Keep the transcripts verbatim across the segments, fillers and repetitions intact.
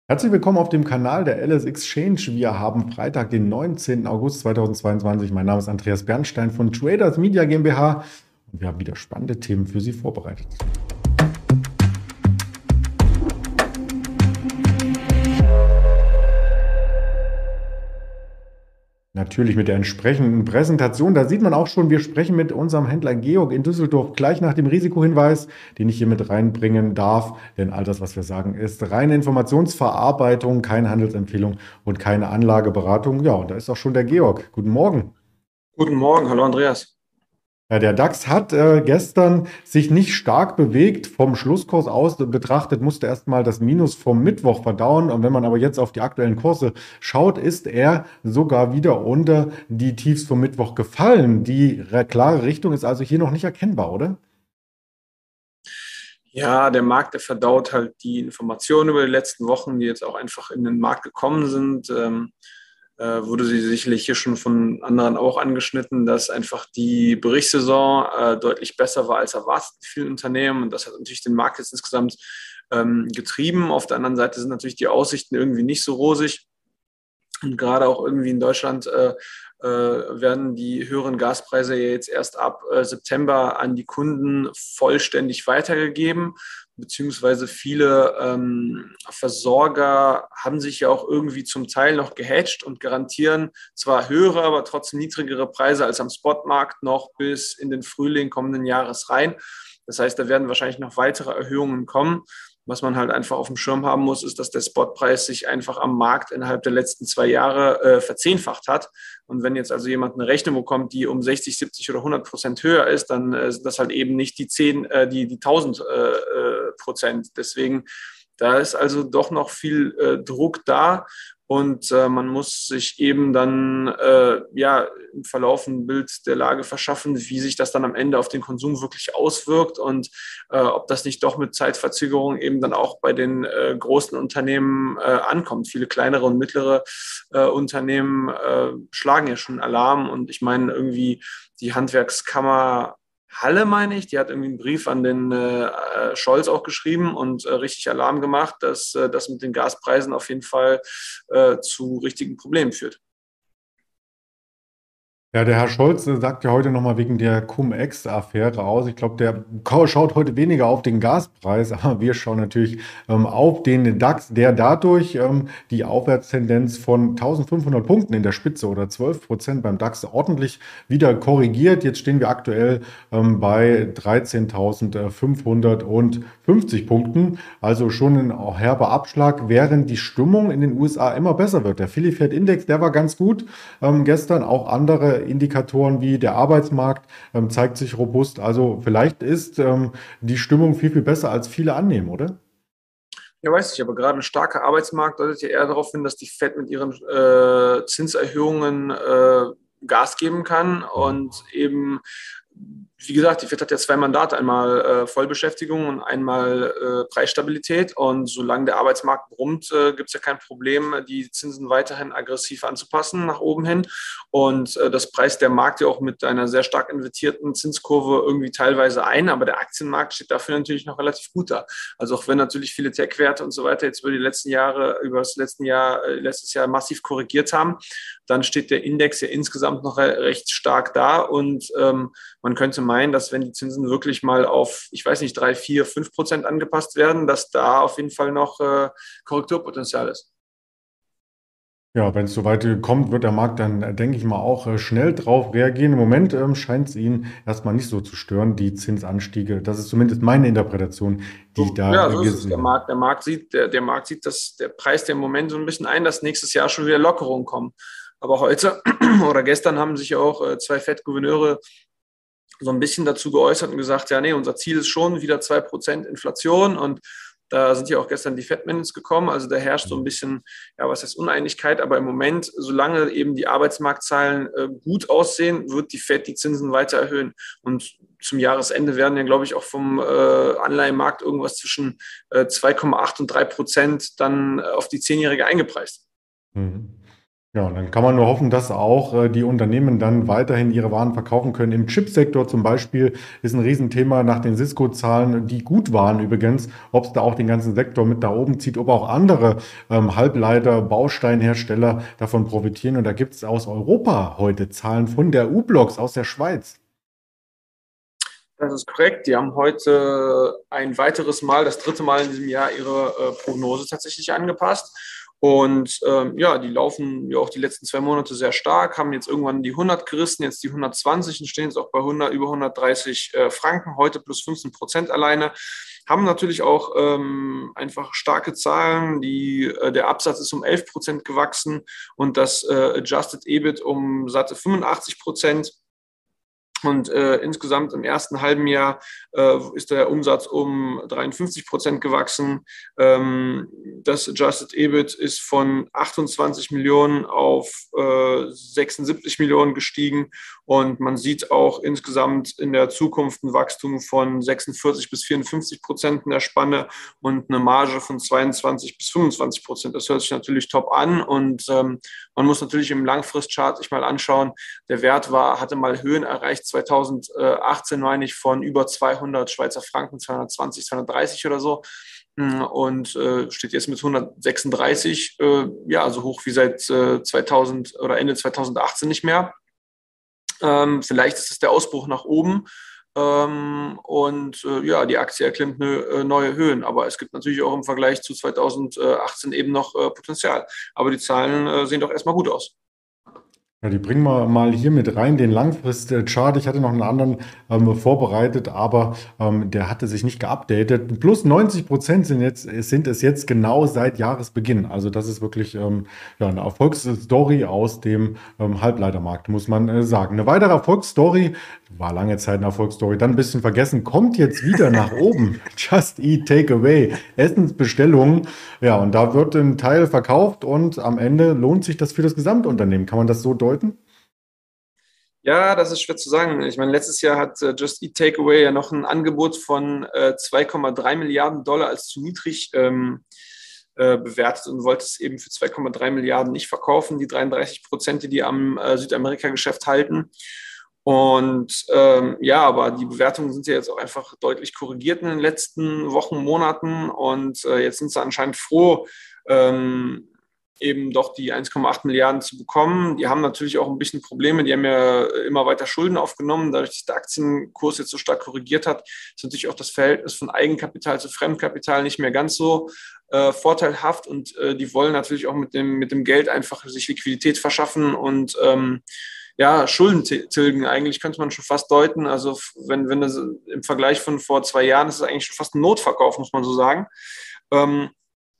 Herzlich willkommen auf dem Kanal der L S Exchange. Wir haben Freitag, den neunzehnten August zweitausendzweiundzwanzig. Mein Name ist Andreas Bernstein von Traders Media GmbH und wir haben wieder spannende Themen für Sie vorbereitet. Natürlich mit der entsprechenden Präsentation. Da sieht man auch schon, wir sprechen mit unserem Händler Georg in Düsseldorf gleich nach dem Risikohinweis, den ich hier mit reinbringen darf. Denn all das, was wir sagen, ist reine Informationsverarbeitung, keine Handelsempfehlung und keine Anlageberatung. Ja, und da ist auch schon der Georg. Guten Morgen. Guten Morgen, hallo Andreas. Ja, der DAX hat äh, gestern sich nicht stark bewegt. Vom Schlusskurs aus betrachtet, musste erstmal das Minus vom Mittwoch verdauen. Und wenn man aber jetzt auf die aktuellen Kurse schaut, ist er sogar wieder unter die Tiefs vom Mittwoch gefallen. Die re- klare Richtung ist also hier noch nicht erkennbar, oder? Ja, der Markt, der verdaut halt die Informationen über die letzten Wochen, die jetzt auch einfach in den Markt gekommen sind. Ähm, äh, wurde sie sicherlich hier schon von anderen auch angeschnitten, dass einfach die Berichtssaison äh, deutlich besser war als erwartet in vielen Unternehmen. Und das hat natürlich den Markt jetzt insgesamt ähm, getrieben. Auf der anderen Seite sind natürlich die Aussichten irgendwie nicht so rosig. Und gerade auch irgendwie in Deutschland äh, äh, werden die höheren Gaspreise ja jetzt erst ab äh, September an die Kunden vollständig weitergegeben, beziehungsweise viele ähm, Versorger haben sich ja auch irgendwie zum Teil noch gehatcht und garantieren zwar höhere, aber trotzdem niedrigere Preise als am Spotmarkt noch bis in den Frühling kommenden Jahres rein. Das heißt, da werden wahrscheinlich noch weitere Erhöhungen kommen. Was man halt einfach auf dem Schirm haben muss, ist, dass der Spotpreis sich einfach am Markt innerhalb der letzten zwei Jahre äh, verzehnfacht hat. Und wenn jetzt also jemand eine Rechnung bekommt, die um sechzig, siebzig oder hundert Prozent höher ist, dann äh, sind das halt eben nicht die zehn, äh, die, die tausend äh, äh, Prozent. Deswegen, da ist also doch noch viel äh, Druck da. Und äh, man muss sich eben dann äh, ja, im Verlauf ein Bild der Lage verschaffen, wie sich das dann am Ende auf den Konsum wirklich auswirkt und äh, ob das nicht doch mit Zeitverzögerung eben dann auch bei den äh, großen Unternehmen äh, ankommt. Viele kleinere und mittlere äh, Unternehmen äh, schlagen ja schon Alarm. Und ich meine, irgendwie die Handwerkskammer Halle, meine ich, die hat irgendwie einen Brief an den äh, Scholz auch geschrieben und äh, richtig Alarm gemacht, dass äh, das mit den Gaspreisen auf jeden Fall äh, zu richtigen Problemen führt. Ja, der Herr Scholz äh, sagt ja heute nochmal wegen der Cum-Ex-Affäre aus. Ich glaube, der ka- schaut heute weniger auf den Gaspreis, aber wir schauen natürlich ähm, auf den DAX, der dadurch ähm, die Aufwärtstendenz von eintausendfünfhundert Punkten in der Spitze oder zwölf Prozent beim DAX ordentlich wieder korrigiert. Jetzt stehen wir aktuell ähm, bei dreizehntausendfünfhundertfünfzig Punkten, also schon ein herber Abschlag, während die Stimmung in den U S A immer besser wird. Der Philly Fed Index, der war ganz gut ähm, gestern. Auch andere Indikatoren wie der Arbeitsmarkt ähm, zeigt sich robust. Also vielleicht ist ähm, die Stimmung viel, viel besser, als viele annehmen, oder? Ja, weiß ich, aber gerade ein starker Arbeitsmarkt deutet ja eher darauf hin, dass die Fed mit ihren äh, Zinserhöhungen äh, Gas geben kann und eben, wie gesagt, die Fed hat ja zwei Mandate, einmal äh, Vollbeschäftigung und einmal äh, Preisstabilität. Und solange der Arbeitsmarkt brummt, äh, gibt es ja kein Problem, die Zinsen weiterhin aggressiv anzupassen nach oben hin. Und äh, das preist der Markt ja auch mit einer sehr stark invertierten Zinskurve irgendwie teilweise ein, aber der Aktienmarkt steht dafür natürlich noch relativ gut da. Also auch wenn natürlich viele Tech-Werte und so weiter jetzt über die letzten Jahre, über das letzten Jahr, äh, letztes Jahr massiv korrigiert haben, dann steht der Index ja insgesamt noch re recht stark da. Und ähm, man könnte meinen, dass wenn die Zinsen wirklich mal auf, ich weiß nicht, drei, vier, fünf Prozent angepasst werden, dass da auf jeden Fall noch äh, Korrekturpotenzial ist. Ja, wenn es soweit kommt, wird der Markt dann, äh, denke ich mal, auch äh, schnell drauf reagieren. Im Moment ähm, scheint es ihn erstmal nicht so zu stören, die Zinsanstiege. Das ist zumindest meine Interpretation, die ich So, da ja, äh, so ist es. Der gesehen habe. Markt, der Markt sieht, der, der Markt sieht, dass der Preis der im Moment so ein bisschen ein, dass nächstes Jahr schon wieder Lockerungen kommen. Aber heute oder gestern haben sich ja auch äh, zwei Fed-Gouverneure so ein bisschen dazu geäußert und gesagt, ja, nee, unser Ziel ist schon wieder zwei Prozent Inflation. Und da sind ja auch gestern die Fed-Minutes gekommen. Also da herrscht so ein bisschen, ja, was heißt Uneinigkeit. Aber im Moment, solange eben die Arbeitsmarktzahlen äh, gut aussehen, wird die Fed die Zinsen weiter erhöhen. Und zum Jahresende werden ja, glaube ich, auch vom äh, Anleihenmarkt irgendwas zwischen äh, zwei Komma acht und drei Prozent dann äh, auf die Zehnjährige eingepreist. Mhm. Ja, und dann kann man nur hoffen, dass auch äh, die Unternehmen dann weiterhin ihre Waren verkaufen können. Im Chipsektor zum Beispiel ist ein Riesenthema nach den Cisco-Zahlen, die gut waren übrigens, ob es da auch den ganzen Sektor mit da oben zieht, ob auch andere ähm, Halbleiter, Bausteinhersteller davon profitieren. Und da gibt es aus Europa heute Zahlen von der U-Blocks aus der Schweiz. Das ist korrekt. Die haben heute ein weiteres Mal, das dritte Mal in diesem Jahr, ihre äh, Prognose tatsächlich angepasst. Und ähm, ja, die laufen ja auch die letzten zwei Monate sehr stark, haben jetzt irgendwann die hundert gerissen, jetzt die hundertzwanzig und stehen jetzt auch bei hundert, über hundertdreißig äh, Franken, heute plus fünfzehn Prozent alleine. Haben natürlich auch ähm, einfach starke Zahlen. Die, äh, der Absatz ist um elf Prozent gewachsen und das äh, Adjusted E B I T um satte fünfundachtzig Prozent. Und äh, insgesamt im ersten halben Jahr äh, ist der Umsatz um dreiundfünfzig Prozent gewachsen. Ähm, das Adjusted E B I T ist von achtundzwanzig Millionen auf äh, sechsundsiebzig Millionen gestiegen. Und man sieht auch insgesamt in der Zukunft ein Wachstum von sechsundvierzig bis vierundfünfzig Prozent in der Spanne und eine Marge von zweiundzwanzig bis fünfundzwanzig Prozent. Das hört sich natürlich top an. Und ähm, man muss natürlich im Langfristchart sich mal anschauen, der Wert war, hatte mal Höhen erreicht, zweitausendachtzehn meine ich, von über zweihundert Schweizer Franken, zweihundertzwanzig, zweihundertdreißig oder so. Und äh, steht jetzt mit hundertsechsunddreißig, äh, ja, so hoch wie seit äh, zweitausend oder Ende zweitausendachtzehn nicht mehr. Ähm, vielleicht ist es der Ausbruch nach oben. Ähm, und äh, ja, die Aktie erklimmt eine, äh, neue Höhen. Aber es gibt natürlich auch im Vergleich zu zweitausendachtzehn eben noch äh, Potenzial. Aber die Zahlen äh, sehen doch erstmal gut aus. Ja, die bringen wir mal hier mit rein, den Langfrist-Chart. Ich hatte noch einen anderen ähm, vorbereitet, aber ähm, der hatte sich nicht geupdatet. Plus neunzig Prozent sind, jetzt, sind es jetzt genau seit Jahresbeginn. Also das ist wirklich ähm, ja, eine Erfolgsstory aus dem ähm, Halbleitermarkt, muss man äh, sagen. Eine weitere Erfolgsstory, war lange Zeit eine Erfolgsstory, dann ein bisschen vergessen, kommt jetzt wieder nach oben. Just Eat Takeaway, Essensbestellungen. Ja, und da wird ein Teil verkauft und am Ende lohnt sich das für das Gesamtunternehmen. Kann man das so deuten? Ja, das ist schwer zu sagen. Ich meine, letztes Jahr hat äh, Just Eat Takeaway ja noch ein Angebot von äh, zwei Komma drei Milliarden Dollar als zu niedrig ähm, äh, bewertet und wollte es eben für zwei Komma drei Milliarden nicht verkaufen, die dreiunddreißig Prozent, die die am äh, Südamerika-Geschäft halten. Und ähm, ja, aber die Bewertungen sind ja jetzt auch einfach deutlich korrigiert in den letzten Wochen, Monaten. Und äh, jetzt sind sie anscheinend froh, ähm, eben doch die eins Komma acht Milliarden zu bekommen. Die haben natürlich auch ein bisschen Probleme. Die haben ja immer weiter Schulden aufgenommen. Dadurch, dass der Aktienkurs jetzt so stark korrigiert hat, ist natürlich auch das Verhältnis von Eigenkapital zu Fremdkapital nicht mehr ganz so äh, vorteilhaft. Und äh, die wollen natürlich auch mit dem, mit dem Geld einfach sich Liquidität verschaffen und ähm, ja, Schulden tilgen. Eigentlich könnte man schon fast deuten. Also wenn, wenn das im Vergleich von vor zwei Jahren ist es eigentlich schon fast ein Notverkauf, muss man so sagen. Ähm,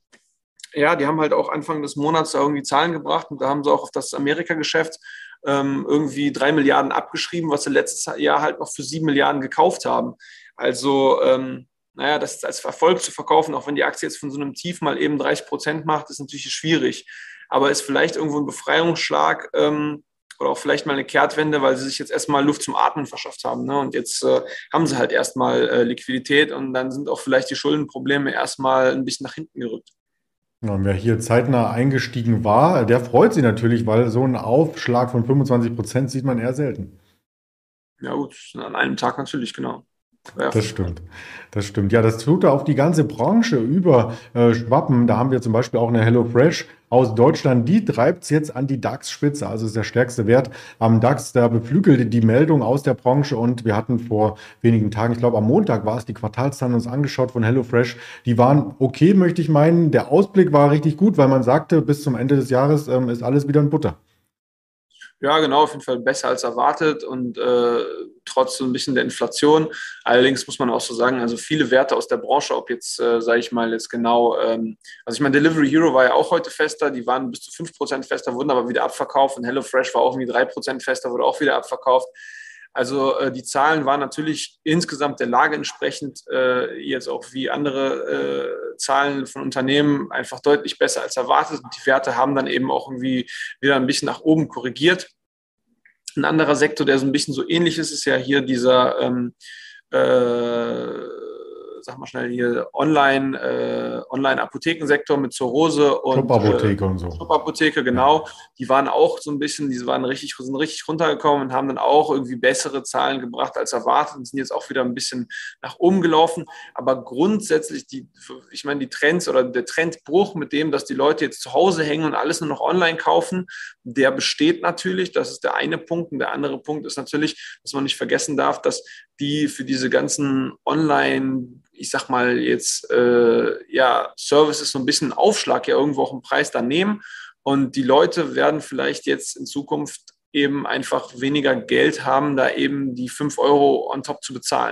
ja, die haben halt auch Anfang des Monats da irgendwie Zahlen gebracht und da haben sie auch auf das Amerika-Geschäft ähm, irgendwie drei Milliarden abgeschrieben, was sie letztes Jahr halt noch für sieben Milliarden gekauft haben. Also, ähm, naja, das als Erfolg zu verkaufen, auch wenn die Aktie jetzt von so einem Tief mal eben dreißig Prozent macht, ist natürlich schwierig. Aber ist vielleicht irgendwo ein Befreiungsschlag ähm, oder auch vielleicht mal eine Kehrtwende, weil sie sich jetzt erstmal Luft zum Atmen verschafft haben. Ne? Und jetzt äh, haben sie halt erstmal äh, Liquidität und dann sind auch vielleicht die Schuldenprobleme erstmal ein bisschen nach hinten gerückt. Ja, und wer hier zeitnah eingestiegen war, der freut sich natürlich, weil so einen Aufschlag von fünfundzwanzig Prozent sieht man eher selten. Ja gut, an einem Tag natürlich, genau. Ja, Das stimmt. Das stimmt. Ja, das tut auf die ganze Branche über äh, schwappen. Da haben wir zum Beispiel auch eine HelloFresh aus Deutschland. Die treibt es jetzt an die DAX-Spitze. Also ist der stärkste Wert am DAX. Da beflügelte die Meldung aus der Branche. Und wir hatten vor wenigen Tagen, ich glaube am Montag war es, die Quartalszahlen uns angeschaut von HelloFresh. Die waren okay, möchte ich meinen. Der Ausblick war richtig gut, weil man sagte, bis zum Ende des Jahres ähm, ist alles wieder in Butter. Ja, genau, auf jeden Fall besser als erwartet und äh, trotz so ein bisschen der Inflation. Allerdings muss man auch so sagen, also viele Werte aus der Branche, ob jetzt, äh, sage ich mal, jetzt genau, ähm, also ich meine, Delivery Hero war ja auch heute fester, die waren bis zu fünf Prozent fester, wurden aber wieder abverkauft und HelloFresh war auch irgendwie drei Prozent fester, wurde auch wieder abverkauft. Also äh, die Zahlen waren natürlich insgesamt der Lage entsprechend, äh, jetzt auch wie andere äh, Zahlen von Unternehmen, einfach deutlich besser als erwartet. Und die Werte haben dann eben auch irgendwie wieder ein bisschen nach oben korrigiert. Ein anderer Sektor, der so ein bisschen so ähnlich ist, ist ja hier dieser, ähm, äh, sag mal schnell hier, Online, äh, Online-Apothekensektor mit Zur Rose und äh, Shop-Apotheke und so. Shop-Apotheke, Ja. genau. Die waren auch so ein bisschen, die waren richtig, sind richtig runtergekommen und haben dann auch irgendwie bessere Zahlen gebracht als erwartet und sind jetzt auch wieder ein bisschen nach oben gelaufen. Aber grundsätzlich, die, ich meine, die Trends oder der Trendbruch mit dem, dass die Leute jetzt zu Hause hängen und alles nur noch online kaufen, der besteht natürlich. Das ist der eine Punkt. Und der andere Punkt ist natürlich, dass man nicht vergessen darf, dass die für diese ganzen Online, ich sag mal jetzt, äh, ja, Services so ein bisschen Aufschlag ja irgendwo auch im Preis dann nehmen. Und die Leute werden vielleicht jetzt in Zukunft eben einfach weniger Geld haben, da eben die fünf Euro on top zu bezahlen.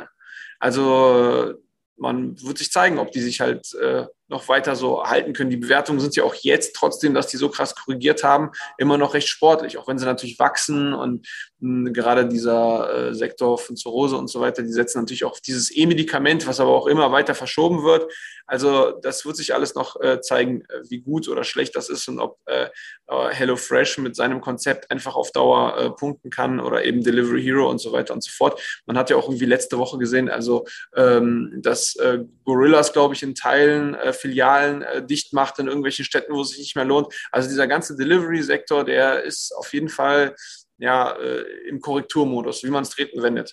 Also man wird sich zeigen, ob die sich halt äh, noch weiter so halten können. Die Bewertungen sind ja auch jetzt, trotzdem, dass die so krass korrigiert haben, immer noch recht sportlich, auch wenn sie natürlich wachsen und mh, gerade dieser äh, Sektor von Zur Rose und so weiter, die setzen natürlich auch auf dieses E-Medikament, was aber auch immer weiter verschoben wird. Also das wird sich alles noch äh, zeigen, äh, wie gut oder schlecht das ist und ob äh, HelloFresh mit seinem Konzept einfach auf Dauer äh, punkten kann oder eben Delivery Hero und so weiter und so fort. Man hat ja auch irgendwie letzte Woche gesehen, also ähm, dass äh, Gorillas, glaube ich, in Teilen äh, Filialen äh, dicht macht in irgendwelchen Städten, wo es sich nicht mehr lohnt. Also dieser ganze Delivery-Sektor, der ist auf jeden Fall ja, äh, im Korrekturmodus, wie man es dreht und wendet.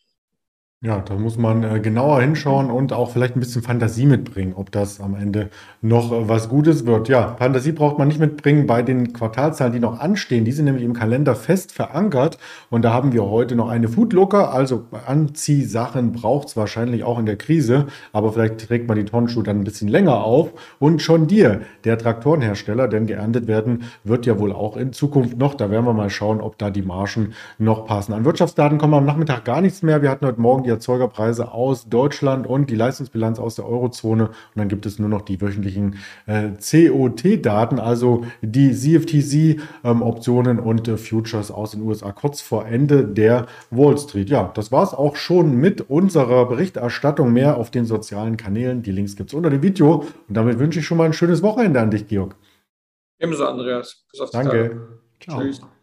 Ja, da muss man äh, genauer hinschauen und auch vielleicht ein bisschen Fantasie mitbringen, ob das am Ende noch äh, was Gutes wird. Ja, Fantasie braucht man nicht mitbringen bei den Quartalzahlen, die noch anstehen. Die sind nämlich im Kalender fest verankert. Und da haben wir heute noch eine Foodlooker. Also Anziehsachen braucht es wahrscheinlich auch in der Krise. Aber vielleicht trägt man die Turnschuhe dann ein bisschen länger auf. Und John Deere, der Traktorenhersteller, denn geerntet werden wird ja wohl auch in Zukunft noch. Da werden wir mal schauen, ob da die Margen noch passen. An Wirtschaftsdaten kommen am Nachmittag gar nichts mehr. Wir hatten heute Morgen die Erzeugerpreise aus Deutschland und die Leistungsbilanz aus der Eurozone. Und dann gibt es nur noch die wöchentlichen äh, C O T-Daten, also die C F T C-Optionen ähm, und äh, Futures aus den U S A kurz vor Ende der Wall Street. Ja, das war es auch schon mit unserer Berichterstattung. Mehr auf den sozialen Kanälen. Die Links gibt es unter dem Video. Und damit wünsche ich schon mal ein schönes Wochenende an dich, Georg. Ebenso, Andreas. Bis auf die Tage. Danke. Ciao. Tschüss.